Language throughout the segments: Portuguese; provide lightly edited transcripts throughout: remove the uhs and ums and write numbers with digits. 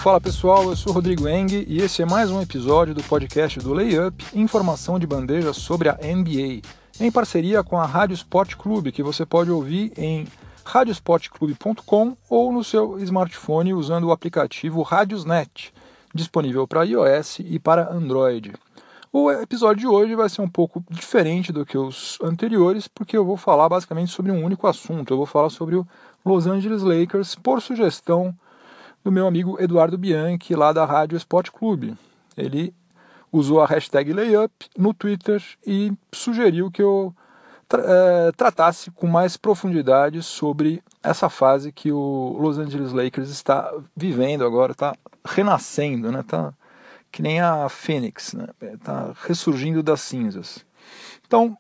Fala pessoal, eu sou o Rodrigo Eng e esse é mais um episódio do podcast do Layup, informação de bandeja sobre a NBA, em parceria com a Rádio Sport Clube, que você pode ouvir em radiosportclube.com ou no seu smartphone usando o aplicativo Radiosnet, disponível para iOS e para Android. O episódio de hoje vai ser um pouco diferente do que os anteriores, porque eu vou falar basicamente sobre um único assunto. Eu vou falar sobre o Los Angeles Lakers por sugestão do meu amigo Eduardo Bianchi, lá da Rádio Sport Clube. Ele usou a hashtag Layup no Twitter e sugeriu que eu tratasse com mais profundidade sobre essa fase que o Los Angeles Lakers está vivendo agora, está renascendo, né? Tá que nem a Fênix, né? Está ressurgindo das cinzas. Então,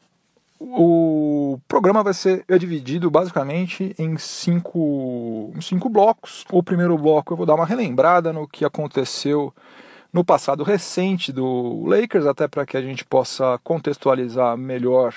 o programa vai ser dividido basicamente em cinco blocos. O primeiro bloco eu vou dar uma relembrada no que aconteceu no passado recente do Lakers, até para que a gente possa contextualizar melhor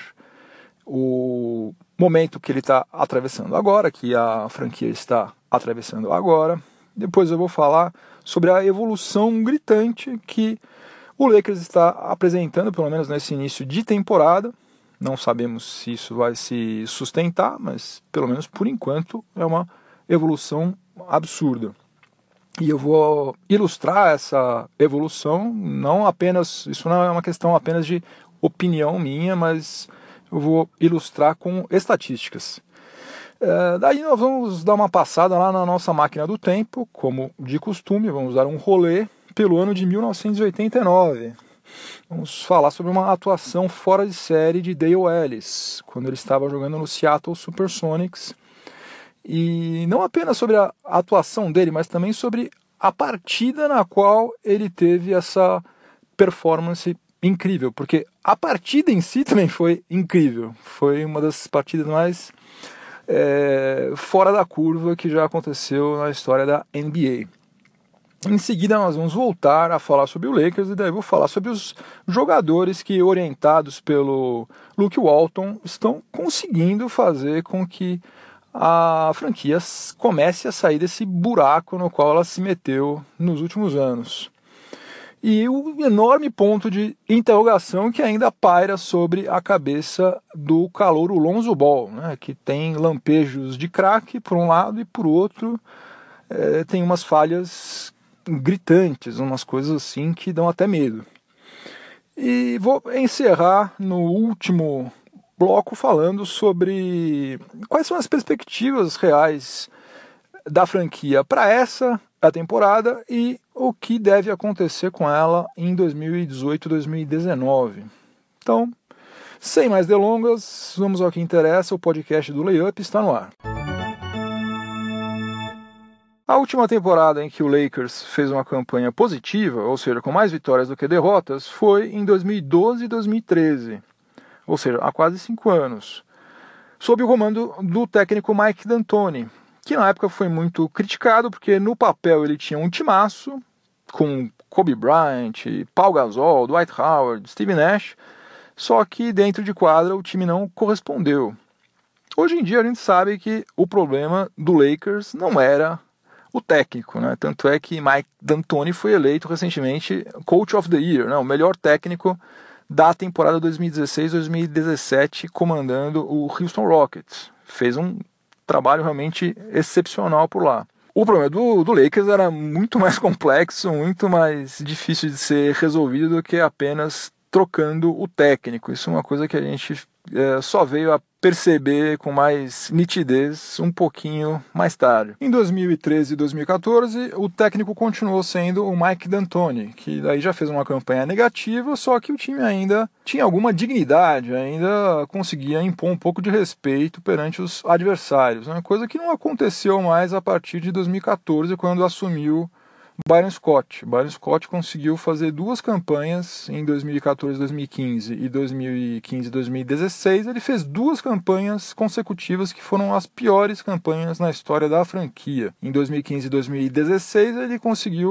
o momento que ele está atravessando agora, que a franquia está atravessando agora. Depois eu vou falar sobre a evolução gritante que o Lakers está apresentando, pelo menos nesse início de temporada. Não sabemos se isso vai se sustentar, mas pelo menos por enquanto é uma evolução absurda. E eu vou ilustrar essa evolução, isso não é uma questão apenas de opinião minha, mas eu vou ilustrar com estatísticas. Daí nós vamos dar uma passada lá na nossa máquina do tempo, como de costume, vamos dar um rolê pelo ano de 1989. Vamos falar sobre uma atuação fora de série de Dale Ellis, quando ele estava jogando no Seattle Supersonics. E não apenas sobre a atuação dele, mas também sobre a partida na qual ele teve essa performance incrível, porque a partida em si também foi incrível. Foi uma das partidas mais fora da curva que já aconteceu na história da NBA. Em seguida nós vamos voltar a falar sobre o Lakers e daí eu vou falar sobre os jogadores que, orientados pelo Luke Walton, estão conseguindo fazer com que a franquia comece a sair desse buraco no qual ela se meteu nos últimos anos. E o enorme ponto de interrogação que ainda paira sobre a cabeça do calouro Lonzo Ball, né, que tem lampejos de craque por um lado e por outro tem umas falhas gritantes, umas coisas assim que dão até medo. E vou encerrar no último bloco falando sobre quais são as perspectivas reais da franquia para a temporada e o que deve acontecer com ela em 2018-2019. Então, sem mais delongas, vamos ao que interessa. O podcast do Layup está no ar. A última temporada em que o Lakers fez uma campanha positiva, ou seja, com mais vitórias do que derrotas, foi em 2012 e 2013, ou seja, há quase 5 anos, sob o comando do técnico Mike D'Antoni, que na época foi muito criticado porque no papel ele tinha um timaço com Kobe Bryant, Paul Gasol, Dwight Howard, Steve Nash, só que dentro de quadra o time não correspondeu. Hoje em dia a gente sabe que o problema do Lakers não era o técnico, né? Tanto é que Mike D'Antoni foi eleito recentemente Coach of the Year, né? O melhor técnico da temporada 2016-2017, comandando o Houston Rockets. Fez um trabalho realmente excepcional por lá. O problema do Lakers era muito mais complexo, muito mais difícil de ser resolvido do que apenas trocando o técnico. Isso é uma coisa que a gente só veio a perceber com mais nitidez um pouquinho mais tarde. Em 2013 e 2014, o técnico continuou sendo o Mike D'Antoni, que daí já fez uma campanha negativa, só que o time ainda tinha alguma dignidade, ainda conseguia impor um pouco de respeito perante os adversários, uma coisa que não aconteceu mais a partir de 2014, quando assumiu Byron Scott. Byron Scott conseguiu fazer 2 campanhas em 2014-2015 e 2015-2016. Ele fez 2 campanhas consecutivas que foram as piores campanhas na história da franquia. Em 2015 e 2016 ele conseguiu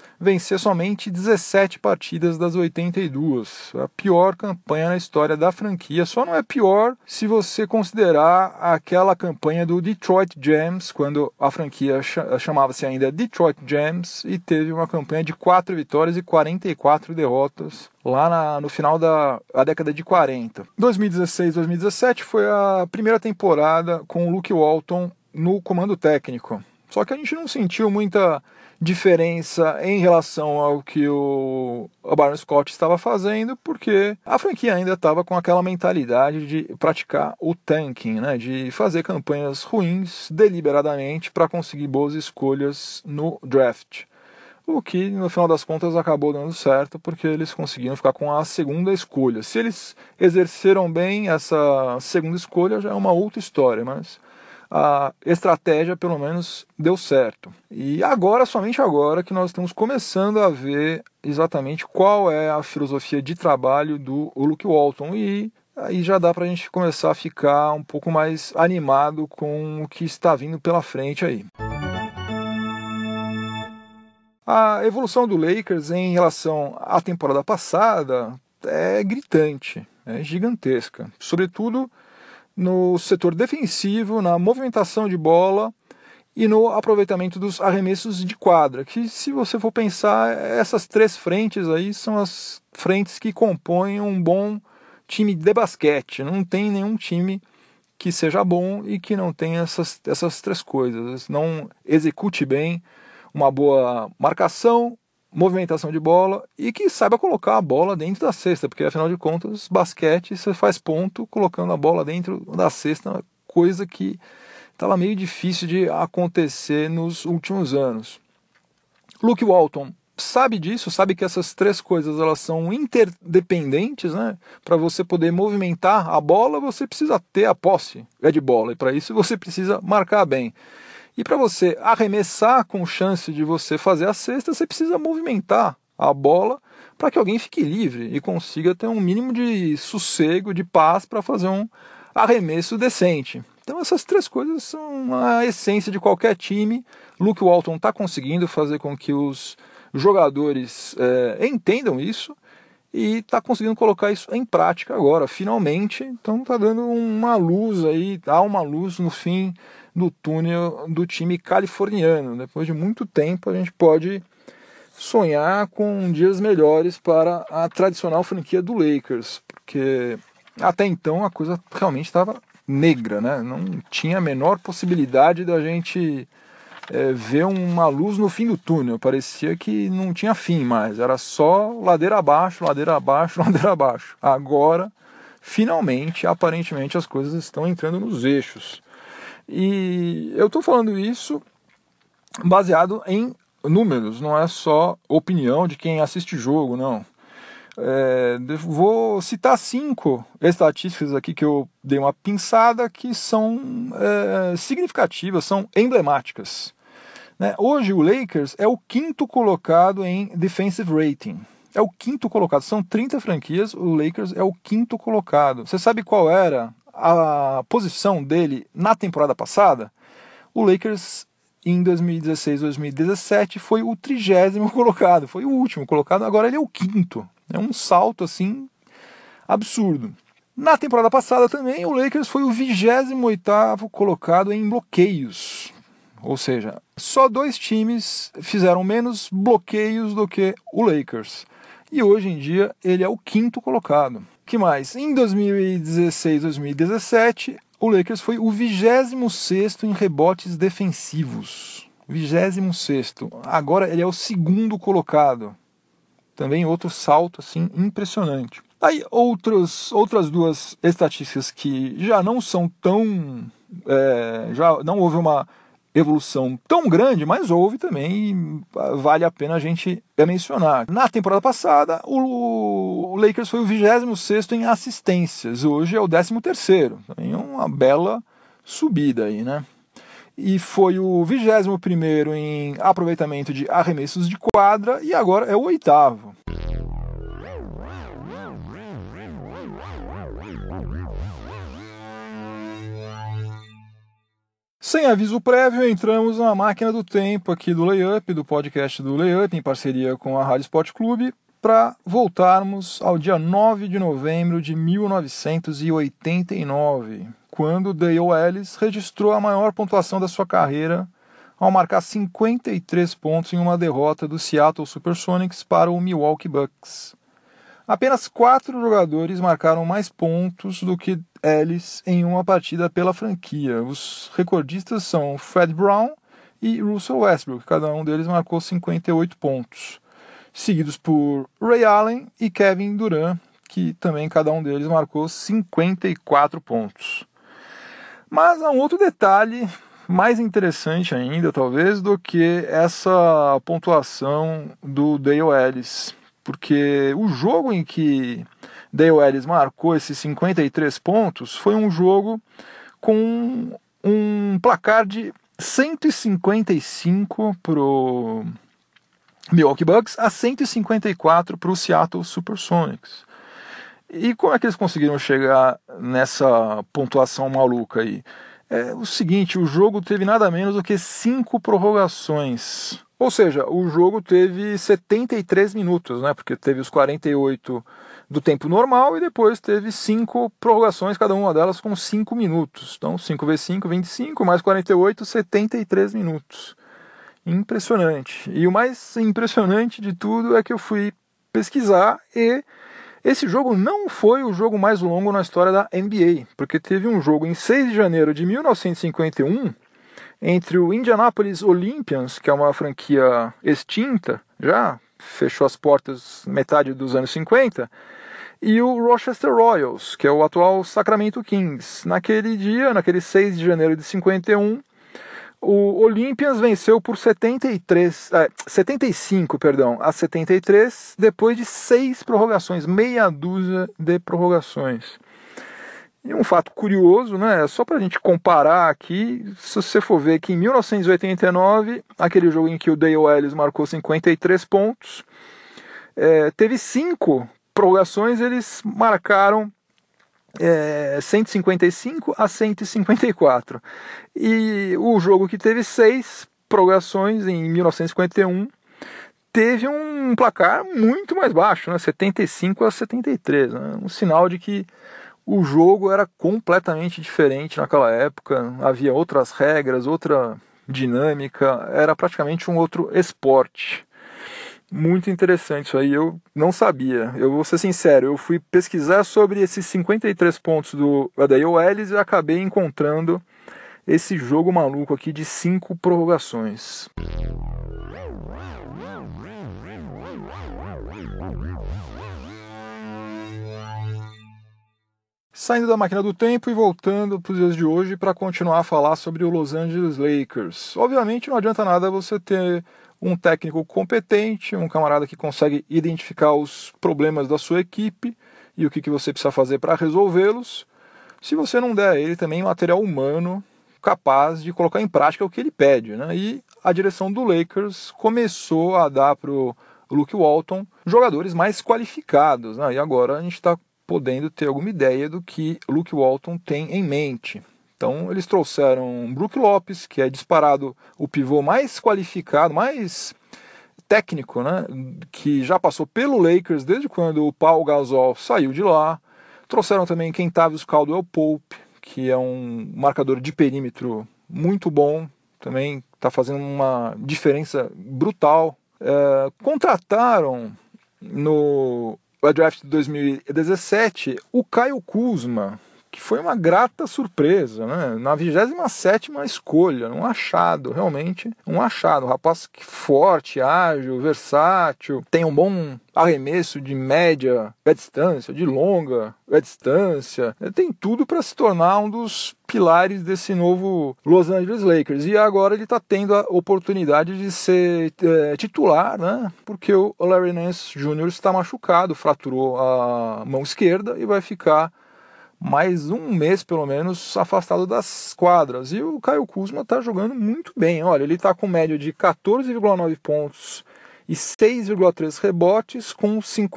vencer somente 17 partidas das 82. A pior campanha na história da franquia. Só não é pior se você considerar aquela campanha do Detroit Gems, quando a franquia chamava-se ainda Detroit Gems e teve uma campanha de 4 vitórias e 44 derrotas lá no final da década de 40. 2016-2017 foi a primeira temporada com o Luke Walton no comando técnico. Só que a gente não sentiu muita diferença em relação ao que o Byron Scott estava fazendo, porque a franquia ainda estava com aquela mentalidade de praticar o tanking, né? De fazer campanhas ruins deliberadamente para conseguir boas escolhas no draft. O que, no final das contas, acabou dando certo, porque eles conseguiram ficar com a segunda escolha. Se eles exerceram bem essa segunda escolha, já é uma outra história, mas a estratégia, pelo menos, deu certo. E agora, somente agora, que nós estamos começando a ver exatamente qual é a filosofia de trabalho do Luke Walton. E aí já dá para a gente começar a ficar um pouco mais animado com o que está vindo pela frente aí. A evolução do Lakers em relação à temporada passada é gritante, é gigantesca. Sobretudo no setor defensivo, na movimentação de bola e no aproveitamento dos arremessos de quadra, que, se você for pensar, essas três frentes aí são as frentes que compõem um bom time de basquete. Não tem nenhum time que seja bom e que não tenha essas três coisas. Não execute bem uma boa marcação, movimentação de bola e que saiba colocar a bola dentro da cesta, porque afinal de contas, basquete, você faz ponto colocando a bola dentro da cesta, coisa que estava meio difícil de acontecer nos últimos anos. Luke Walton sabe disso, sabe que essas três coisas elas são interdependentes, né? Para você poder movimentar a bola, você precisa ter a posse de bola, e para isso você precisa marcar bem. E para você arremessar com chance de você fazer a cesta, você precisa movimentar a bola para que alguém fique livre e consiga ter um mínimo de sossego, de paz para fazer um arremesso decente. Então essas três coisas são a essência de qualquer time. Luke Walton está conseguindo fazer com que os jogadores entendam isso e está conseguindo colocar isso em prática agora, finalmente. Então está dando uma luz aí, há uma luz no fim do túnel do time californiano. Depois de muito tempo a gente pode sonhar com dias melhores para a tradicional franquia do Lakers, porque até então a coisa realmente estava negra, né? Não tinha a menor possibilidade da gente ver uma luz no fim do túnel. Parecia que não tinha fim mais, era só ladeira abaixo, ladeira abaixo, ladeira abaixo. Agora, finalmente, aparentemente as coisas estão entrando nos eixos. E eu estou falando isso baseado em números, não é só opinião de quem assiste jogo, não. Vou citar 5 estatísticas aqui que eu dei uma pinçada que são significativas, são emblemáticas. Né? Hoje o Lakers é o 5º colocado em defensive rating. É o 5º colocado, são 30 franquias, o Lakers é o 5º colocado. Você sabe qual era a posição dele na temporada passada? O Lakers em 2016-2017 foi o 30º colocado, foi o último colocado, agora ele é o 5º. É um salto assim absurdo. Na temporada passada também o Lakers foi o 28º colocado em bloqueios. Ou seja, só 2 times fizeram menos bloqueios do que o Lakers. E hoje em dia ele é o 5º colocado. Que mais? Em 2016-2017, o Lakers foi o 26º em rebotes defensivos. 26º. Agora ele é o 2º colocado. Também outro salto assim impressionante. Aí outras 2 estatísticas que já não são tão... já não houve uma evolução tão grande, mas houve também e vale a pena a gente mencionar. Na temporada passada, o Lakers foi o 26º em assistências, hoje é o 13º. Também é uma bela subida aí, né? E foi o 21º em aproveitamento de arremessos de quadra e agora é o 8º. Sem aviso prévio, entramos na máquina do tempo aqui do Layup, do podcast do Layup, em parceria com a Rádio Sport Clube, para voltarmos ao dia 9 de novembro de 1989, quando Dale Ellis registrou a maior pontuação da sua carreira ao marcar 53 pontos em uma derrota do Seattle Supersonics para o Milwaukee Bucks. Apenas 4 jogadores marcaram mais pontos do que Ellis em uma partida pela franquia. Os recordistas são Fred Brown e Russell Westbrook, cada um deles marcou 58 pontos, seguidos por Ray Allen e Kevin Durant, que também cada um deles marcou 54 pontos. Mas há um outro detalhe mais interessante ainda, talvez, do que essa pontuação do Dale Ellis, porque o jogo em que Dale Ellis marcou esses 53 pontos foi um jogo com um placar de 155 para o Milwaukee Bucks a 154 para o Seattle Supersonics. E como é que eles conseguiram chegar nessa pontuação maluca aí? É o seguinte, o jogo teve nada menos do que 5 prorrogações. Ou seja, o jogo teve 73 minutos, né? Porque teve os 48 do tempo normal e depois teve 5 prorrogações, cada uma delas com 5 minutos. Então, 5 vezes 5, 25, mais 48, 73 minutos. Impressionante. E o mais impressionante de tudo é que eu fui pesquisar e esse jogo não foi o jogo mais longo na história da NBA, porque teve um jogo em 6 de janeiro de 1951 entre o Indianapolis Olympians, que é uma franquia extinta, já fechou as portas metade dos anos 50, e o Rochester Royals, que é o atual Sacramento Kings. Naquele dia, naquele 6 de janeiro de 51, o Olympians venceu por 75 a 73, depois de 6 prorrogações, meia dúzia de prorrogações. E um fato curioso, né, só para a gente comparar aqui, se você for ver que em 1989, aquele jogo em que o Dale Ellis marcou 53 pontos, teve 5 prorrogações, eles marcaram 155 a 154. E o jogo que teve 6 prorrogações em 1951 teve um placar muito mais baixo, né, 75 a 73, né, um sinal de que o jogo era completamente diferente naquela época, havia outras regras, outra dinâmica, era praticamente um outro esporte. Muito interessante isso aí, eu não sabia. Eu vou ser sincero, eu fui pesquisar sobre esses 53 pontos do Dale Ellis e acabei encontrando esse jogo maluco aqui de 5 prorrogações. Saindo da máquina do tempo e voltando para os dias de hoje para continuar a falar sobre o Los Angeles Lakers. Obviamente não adianta nada você ter um técnico competente, um camarada que consegue identificar os problemas da sua equipe e o que você precisa fazer para resolvê-los, se você não der a ele também material humano capaz de colocar em prática o que ele pede, né? E a direção do Lakers começou a dar para o Luke Walton jogadores mais qualificados, né? E agora a gente está podendo ter alguma ideia do que Luke Walton tem em mente. Então eles trouxeram Brook Lopes, que é disparado o pivô mais qualificado, mais técnico, né, que já passou pelo Lakers desde quando o Paul Gasol saiu de lá. Trouxeram também Kentavious Caldwell-Pope, que é um marcador de perímetro muito bom, também está fazendo uma diferença brutal. Contrataram no draft de 2017 o Kyle Kuzma, que foi uma grata surpresa, né? Na 27ª escolha, um achado, realmente um achado. Um rapaz forte, ágil, versátil, tem um bom arremesso de média distância, de longa distância, tem tudo para se tornar um dos pilares desse novo Los Angeles Lakers. E agora ele está tendo a oportunidade de ser titular, né? Porque o Larry Nance Jr. está machucado, fraturou a mão esquerda e vai ficar mais um mês, pelo menos, afastado das quadras. E o Kyle Kuzma está jogando muito bem. Olha, ele está com média de 14,9 pontos e 6,3 rebotes com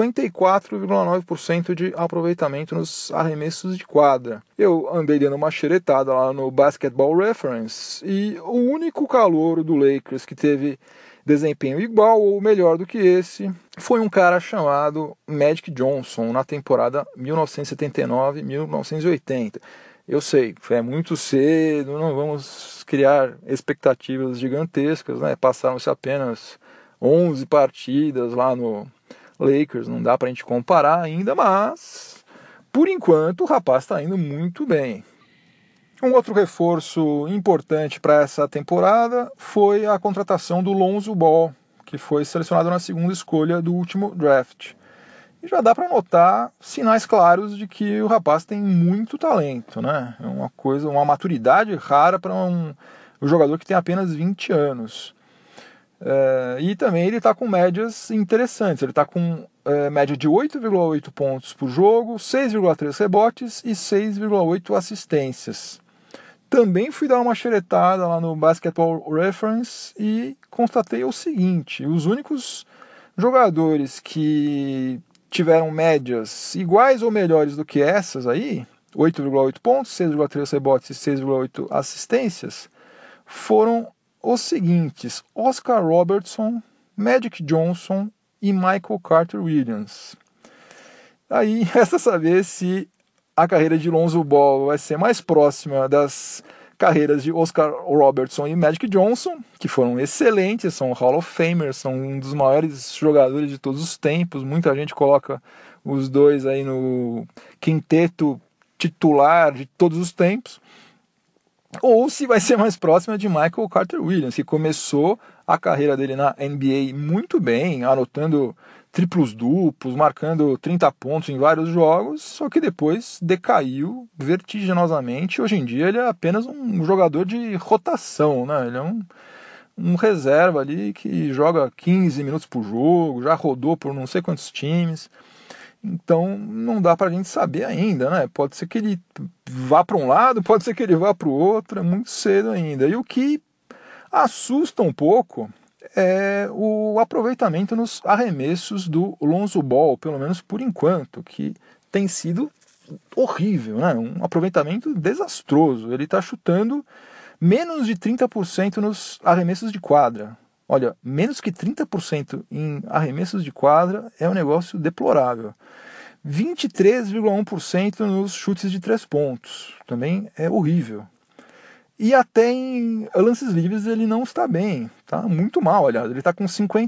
54,9% de aproveitamento nos arremessos de quadra. Eu andei dando uma xeretada lá no Basketball Reference e o único calouro do Lakers que teve desempenho igual ou melhor do que esse foi um cara chamado Magic Johnson na temporada 1979-1980. Eu sei, é muito cedo, não vamos criar expectativas gigantescas, né? Passaram-se apenas 11 partidas lá no Lakers, não dá pra gente comparar ainda, mas por enquanto o rapaz está indo muito bem. Um outro reforço importante para essa temporada foi a contratação do Lonzo Ball, que foi selecionado na segunda escolha do último draft. E já dá para notar sinais claros de que o rapaz tem muito talento, né? É uma maturidade rara para um jogador que tem apenas 20 anos. E também ele está com médias interessantes. Ele está com média de 8,8 pontos por jogo, 6,3 rebotes e 6,8 assistências. Também fui dar uma xeretada lá no Basketball Reference e constatei o seguinte: os únicos jogadores que tiveram médias iguais ou melhores do que essas aí, 8,8 pontos, 6,3 rebotes e 6,8 assistências, foram os seguintes: Oscar Robertson, Magic Johnson e Michael Carter Williams. Aí resta saber se a carreira de Lonzo Ball vai ser mais próxima das carreiras de Oscar Robertson e Magic Johnson, que foram excelentes, são Hall of Famers, são um dos maiores jogadores de todos os tempos. Muita gente coloca os dois aí no quinteto titular de todos os tempos. Ou se vai ser mais próxima de Michael Carter Williams, que começou a carreira dele na NBA muito bem, anotando triplos duplos, marcando 30 pontos em vários jogos, só que depois decaiu vertiginosamente. Hoje em dia ele é apenas um jogador de rotação, né? Ele é um reserva ali que joga 15 minutos por jogo, já rodou por não sei quantos times. Então não dá pra gente saber ainda, né? Pode ser que ele vá para um lado, pode ser que ele vá para o outro, é muito cedo ainda. E o que assusta um pouco é o aproveitamento nos arremessos do Lonzo Ball, pelo menos por enquanto, que tem sido horrível, né? Um aproveitamento desastroso. Ele está chutando menos de 30% nos arremessos de quadra. Olha, menos que 30% em arremessos de quadra é um negócio deplorável. 23,1% nos chutes de 3 pontos. Também é horrível. E até em lances livres ele não está bem. Tá muito mal, aliás. Ele está com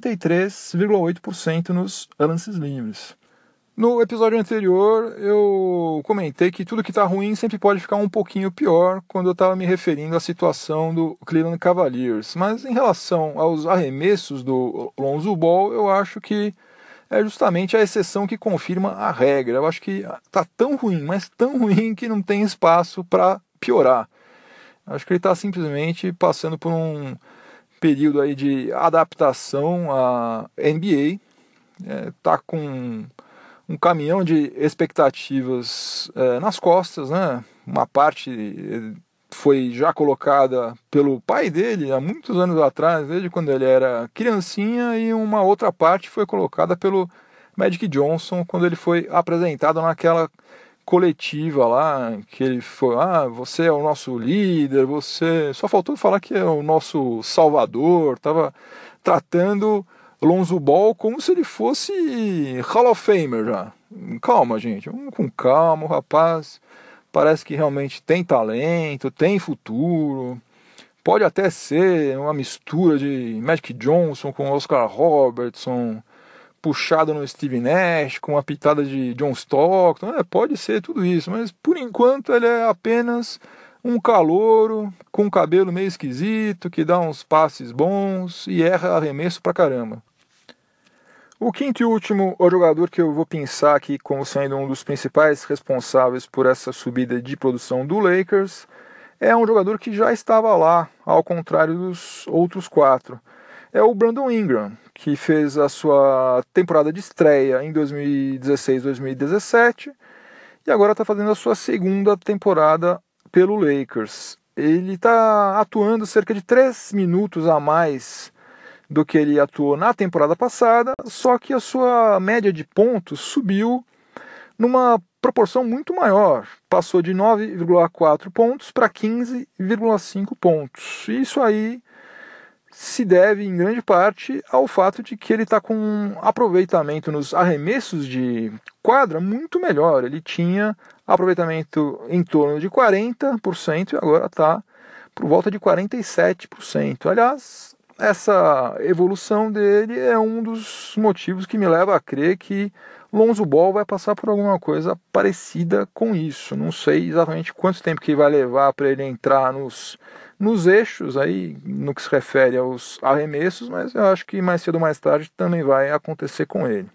53,8% nos lances livres. No episódio anterior eu comentei que tudo que está ruim sempre pode ficar um pouquinho pior quando eu estava me referindo à situação do Cleveland Cavaliers. Mas em relação aos arremessos do Lonzo Ball, eu acho que é justamente a exceção que confirma a regra. Eu acho que está tão ruim, mas tão ruim que não tem espaço para piorar. Acho que ele está simplesmente passando por um período aí de adaptação à NBA. Está com um caminhão de expectativas nas costas, né? Uma parte foi já colocada pelo pai dele há muitos anos atrás, desde quando ele era criancinha, e uma outra parte foi colocada pelo Magic Johnson quando ele foi apresentado naquela coletiva lá, que ele foi: você é o nosso líder, você... Só faltou falar que é o nosso salvador. Tava tratando Lonzo Ball como se ele fosse Hall of Famer já. Calma, gente, vamos com calma. O rapaz parece que realmente tem talento, tem futuro. Pode até ser uma mistura de Magic Johnson com Oscar Robertson, puxado no Steve Nash, com uma pitada de John Stockton. Pode ser tudo isso, mas por enquanto ele é apenas um calouro com cabelo meio esquisito, que dá uns passes bons e erra arremesso pra caramba. O quinto e último jogador que eu vou pensar aqui como sendo um dos principais responsáveis por essa subida de produção do Lakers é um jogador que já estava lá, ao contrário dos outros 4. É o Brandon Ingram, que fez a sua temporada de estreia em 2016-2017 e agora está fazendo a sua segunda temporada pelo Lakers. Ele está atuando cerca de 3 minutos a mais do que ele atuou na temporada passada, só que a sua média de pontos subiu numa proporção muito maior. Passou de 9,4 pontos para 15,5 pontos. Isso aí se deve, em grande parte, ao fato de que ele está com um aproveitamento nos arremessos de quadra muito melhor. Ele tinha aproveitamento em torno de 40% e agora está por volta de 47%. Aliás, essa evolução dele é um dos motivos que me leva a crer que Lonzo Ball vai passar por alguma coisa parecida com isso. Não sei exatamente quanto tempo que vai levar para ele entrar nos eixos aí, no que se refere aos arremessos, mas eu acho que mais cedo ou mais tarde também vai acontecer com ele.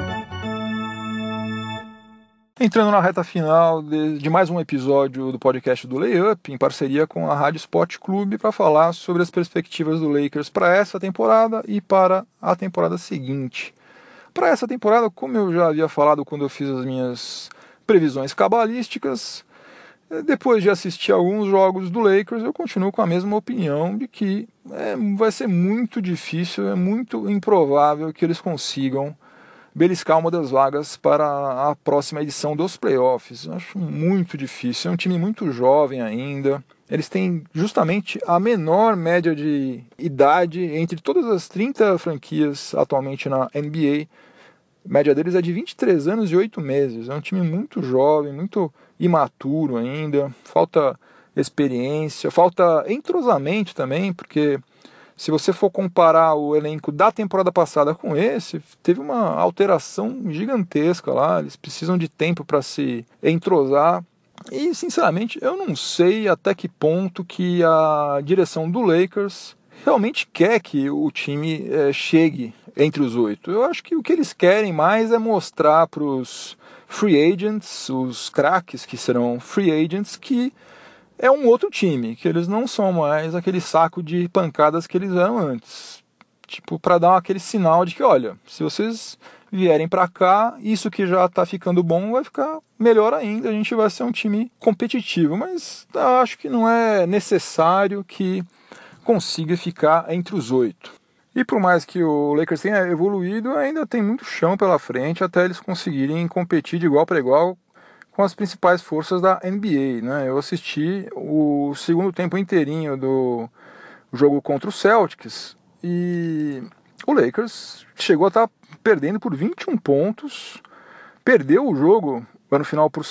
Entrando na reta final de mais um episódio do podcast do Layup, em parceria com a Rádio Sport Clube, para falar sobre as perspectivas do Lakers para essa temporada e para a temporada seguinte. Para essa temporada, como eu já havia falado quando eu fiz as minhas previsões cabalísticas, depois de assistir alguns jogos do Lakers, eu continuo com a mesma opinião de que vai ser muito difícil, é muito improvável que eles consigam beliscar uma das vagas para a próxima edição dos playoffs. Eu acho muito difícil, é um time muito jovem ainda. Eles têm justamente a menor média de idade entre todas as 30 franquias atualmente na NBA. A média deles é de 23 anos e 8 meses. É um time muito jovem, muito imaturo ainda. Falta experiência, falta entrosamento também, porque se você for comparar o elenco da temporada passada com esse, teve uma alteração gigantesca lá. Eles precisam de tempo para se entrosar. E, sinceramente, eu não sei até que ponto que a direção do Lakers realmente quer que o time chegue entre os 8. Eu acho que o que eles querem mais é mostrar para os free agents, os craques que serão free agents, que é um outro time, que eles não são mais aquele saco de pancadas que eles eram antes. Tipo, para dar aquele sinal de que, olha, se vocês vierem para cá, isso que já está ficando bom vai ficar melhor ainda, a gente vai ser um time competitivo, mas eu acho que não é necessário que consiga ficar entre os 8. E por mais que o Lakers tenha evoluído, ainda tem muito chão pela frente até eles conseguirem competir de igual para igual com as principais forças da NBA, né? Eu assisti o segundo tempo inteirinho do jogo contra o Celtics e o Lakers chegou a estar perdendo por 21 pontos, perdeu o jogo no final por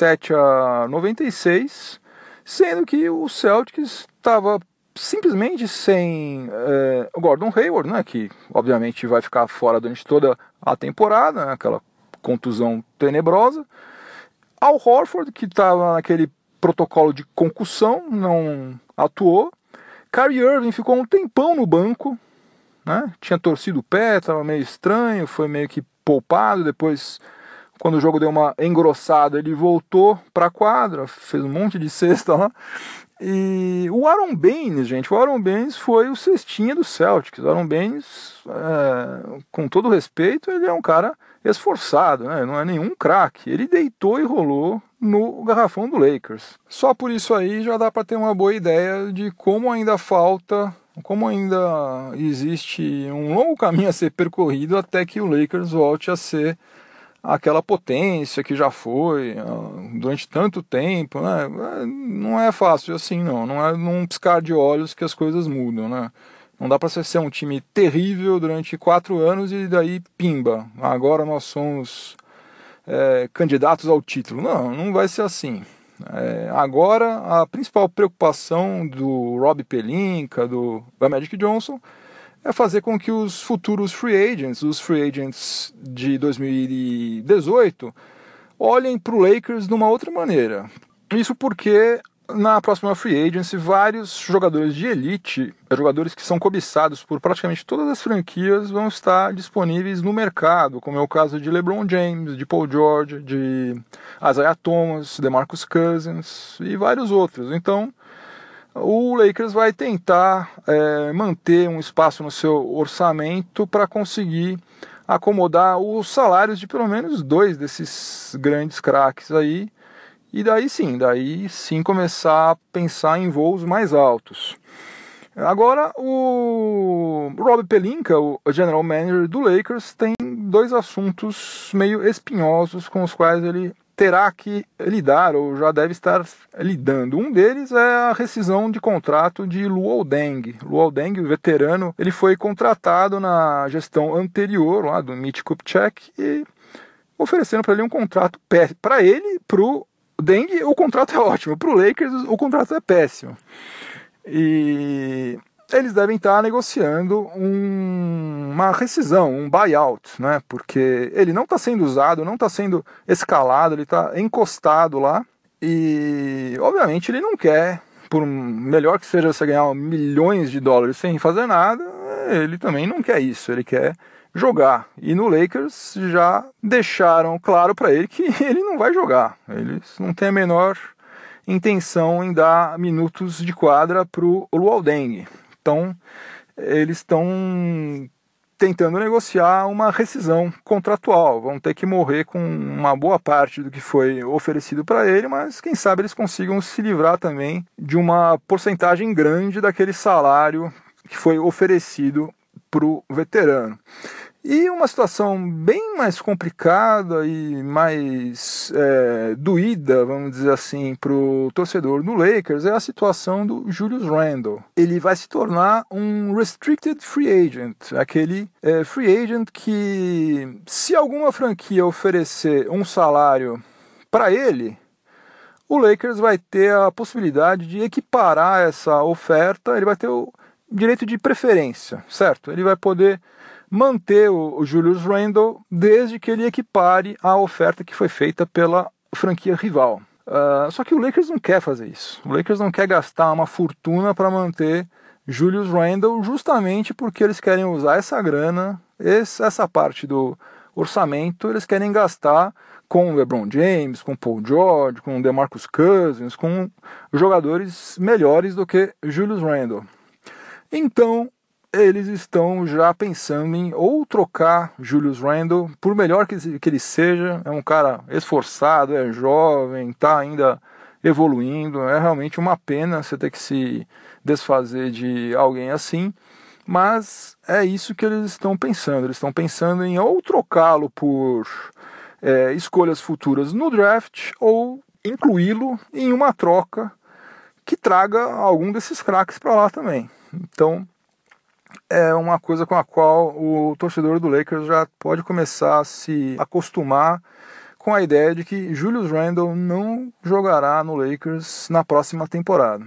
107-96, sendo que o Celtics estava simplesmente sem o Gordon Hayward, né, que obviamente vai ficar fora durante toda a temporada, né, aquela contusão tenebrosa. Al Horford, que estava naquele protocolo de concussão, não atuou. Kyrie Irving ficou um tempão no banco, né? Tinha torcido o pé, estava meio estranho, foi meio que poupado. Depois, quando o jogo deu uma engrossada, ele voltou para a quadra, fez um monte de cesta lá. E o Aaron Baines, gente, o Aaron Baines foi o cestinha do Celtics. O Aaron Baines, com todo respeito, ele é um cara esforçado, né? Não é nenhum craque. Ele deitou e rolou no garrafão do Lakers. Só por isso aí já dá para ter uma boa ideia de como ainda existe um longo caminho a ser percorrido até que o Lakers volte a ser aquela potência que já foi durante tanto tempo, né? Não é fácil assim, não é num piscar de olhos que as coisas mudam, né? Não dá para ser um time terrível durante 4 anos e daí pimba, agora nós somos candidatos ao título. Não vai ser assim. Agora a principal preocupação do Rob Pelinka, do Magic Johnson, é fazer com que os futuros free agents de 2018, olhem para o Lakers de uma outra maneira. Isso porque na próxima free agency, vários jogadores de elite, jogadores que são cobiçados por praticamente todas as franquias, vão estar disponíveis no mercado, como é o caso de LeBron James, de Paul George, de Isaiah Thomas, DeMarcus Cousins e vários outros. Então, o Lakers vai tentar manter um espaço no seu orçamento para conseguir acomodar os salários de pelo menos 2 desses grandes craques aí, e daí sim começar a pensar em voos mais altos. Agora, o Rob Pelinka, o general manager do Lakers, tem dois assuntos meio espinhosos com os quais ele terá que lidar, ou já deve estar lidando. Um deles é a rescisão de contrato de Luol Deng. Luol Deng, o veterano, ele foi contratado na gestão anterior, lá do Mitch Kupchak, e oferecendo para ele um contrato péssimo. Para ele, para o Deng, o contrato é ótimo. Para o Lakers, o contrato é péssimo. E eles devem estar negociando uma rescisão, um buyout, né? Porque ele não está sendo usado, não está sendo escalado, ele está encostado lá. E, obviamente, ele não quer, por melhor que seja você ganhar milhões de dólares sem fazer nada, ele também não quer isso, ele quer jogar. E no Lakers já deixaram claro para ele que ele não vai jogar. Eles não têm a menor intenção em dar minutos de quadra para o Luol Deng. Então, eles estão tentando negociar uma rescisão contratual. Vão ter que morrer com uma boa parte do que foi oferecido para ele, mas quem sabe eles consigam se livrar também de uma porcentagem grande daquele salário que foi oferecido para o veterano. E uma situação bem mais complicada e mais doída, vamos dizer assim, para o torcedor do Lakers é a situação do Julius Randle. Ele vai se tornar um restricted free agent, aquele free agent que, se alguma franquia oferecer um salário para ele, o Lakers vai ter a possibilidade de equiparar essa oferta, ele vai ter o direito de preferência, certo? Ele vai poder manter o Julius Randle desde que ele equipare a oferta que foi feita pela franquia rival. Só que o Lakers não quer fazer isso. O Lakers não quer gastar uma fortuna para manter Julius Randle, justamente porque eles querem usar essa grana, essa parte do orçamento, eles querem gastar com LeBron James, com Paul George, com DeMarcus Cousins, com jogadores melhores do que Julius Randle. Então, eles estão já pensando em ou trocar Julius Randle, por melhor que ele seja, é um cara esforçado, é jovem, está ainda evoluindo, é realmente uma pena você ter que se desfazer de alguém assim, mas é isso que eles estão pensando em ou trocá-lo por escolhas futuras no draft, ou incluí-lo em uma troca que traga algum desses craques para lá também. Então, é uma coisa com a qual o torcedor do Lakers já pode começar a se acostumar com a ideia de que Julius Randle não jogará no Lakers na próxima temporada.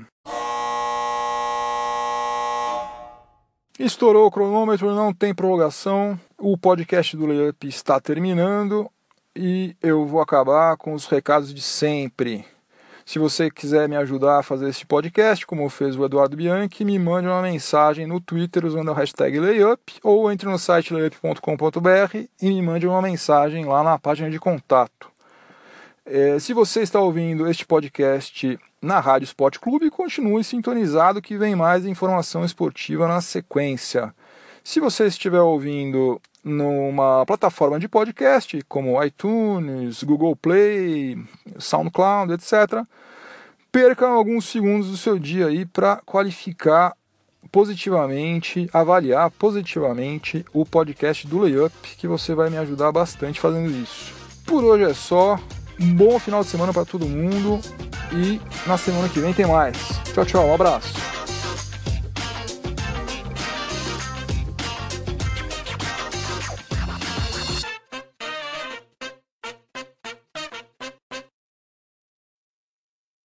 Estourou o cronômetro, não tem prorrogação, o podcast do Layup está terminando e eu vou acabar com os recados de sempre. Se você quiser me ajudar a fazer este podcast, como fez o Eduardo Bianchi, me mande uma mensagem no Twitter usando a hashtag Layup, ou entre no site layup.com.br e me mande uma mensagem lá na página de contato. Se você está ouvindo este podcast na Rádio Sport Clube, continue sintonizado que vem mais informação esportiva na sequência. Se você estiver ouvindo numa plataforma de podcast, como iTunes, Google Play, SoundCloud, etc., perca alguns segundos do seu dia aí para qualificar positivamente, avaliar positivamente o podcast do Layup, que você vai me ajudar bastante fazendo isso. Por hoje é só, um bom final de semana para todo mundo e na semana que vem tem mais. Tchau, tchau, um abraço.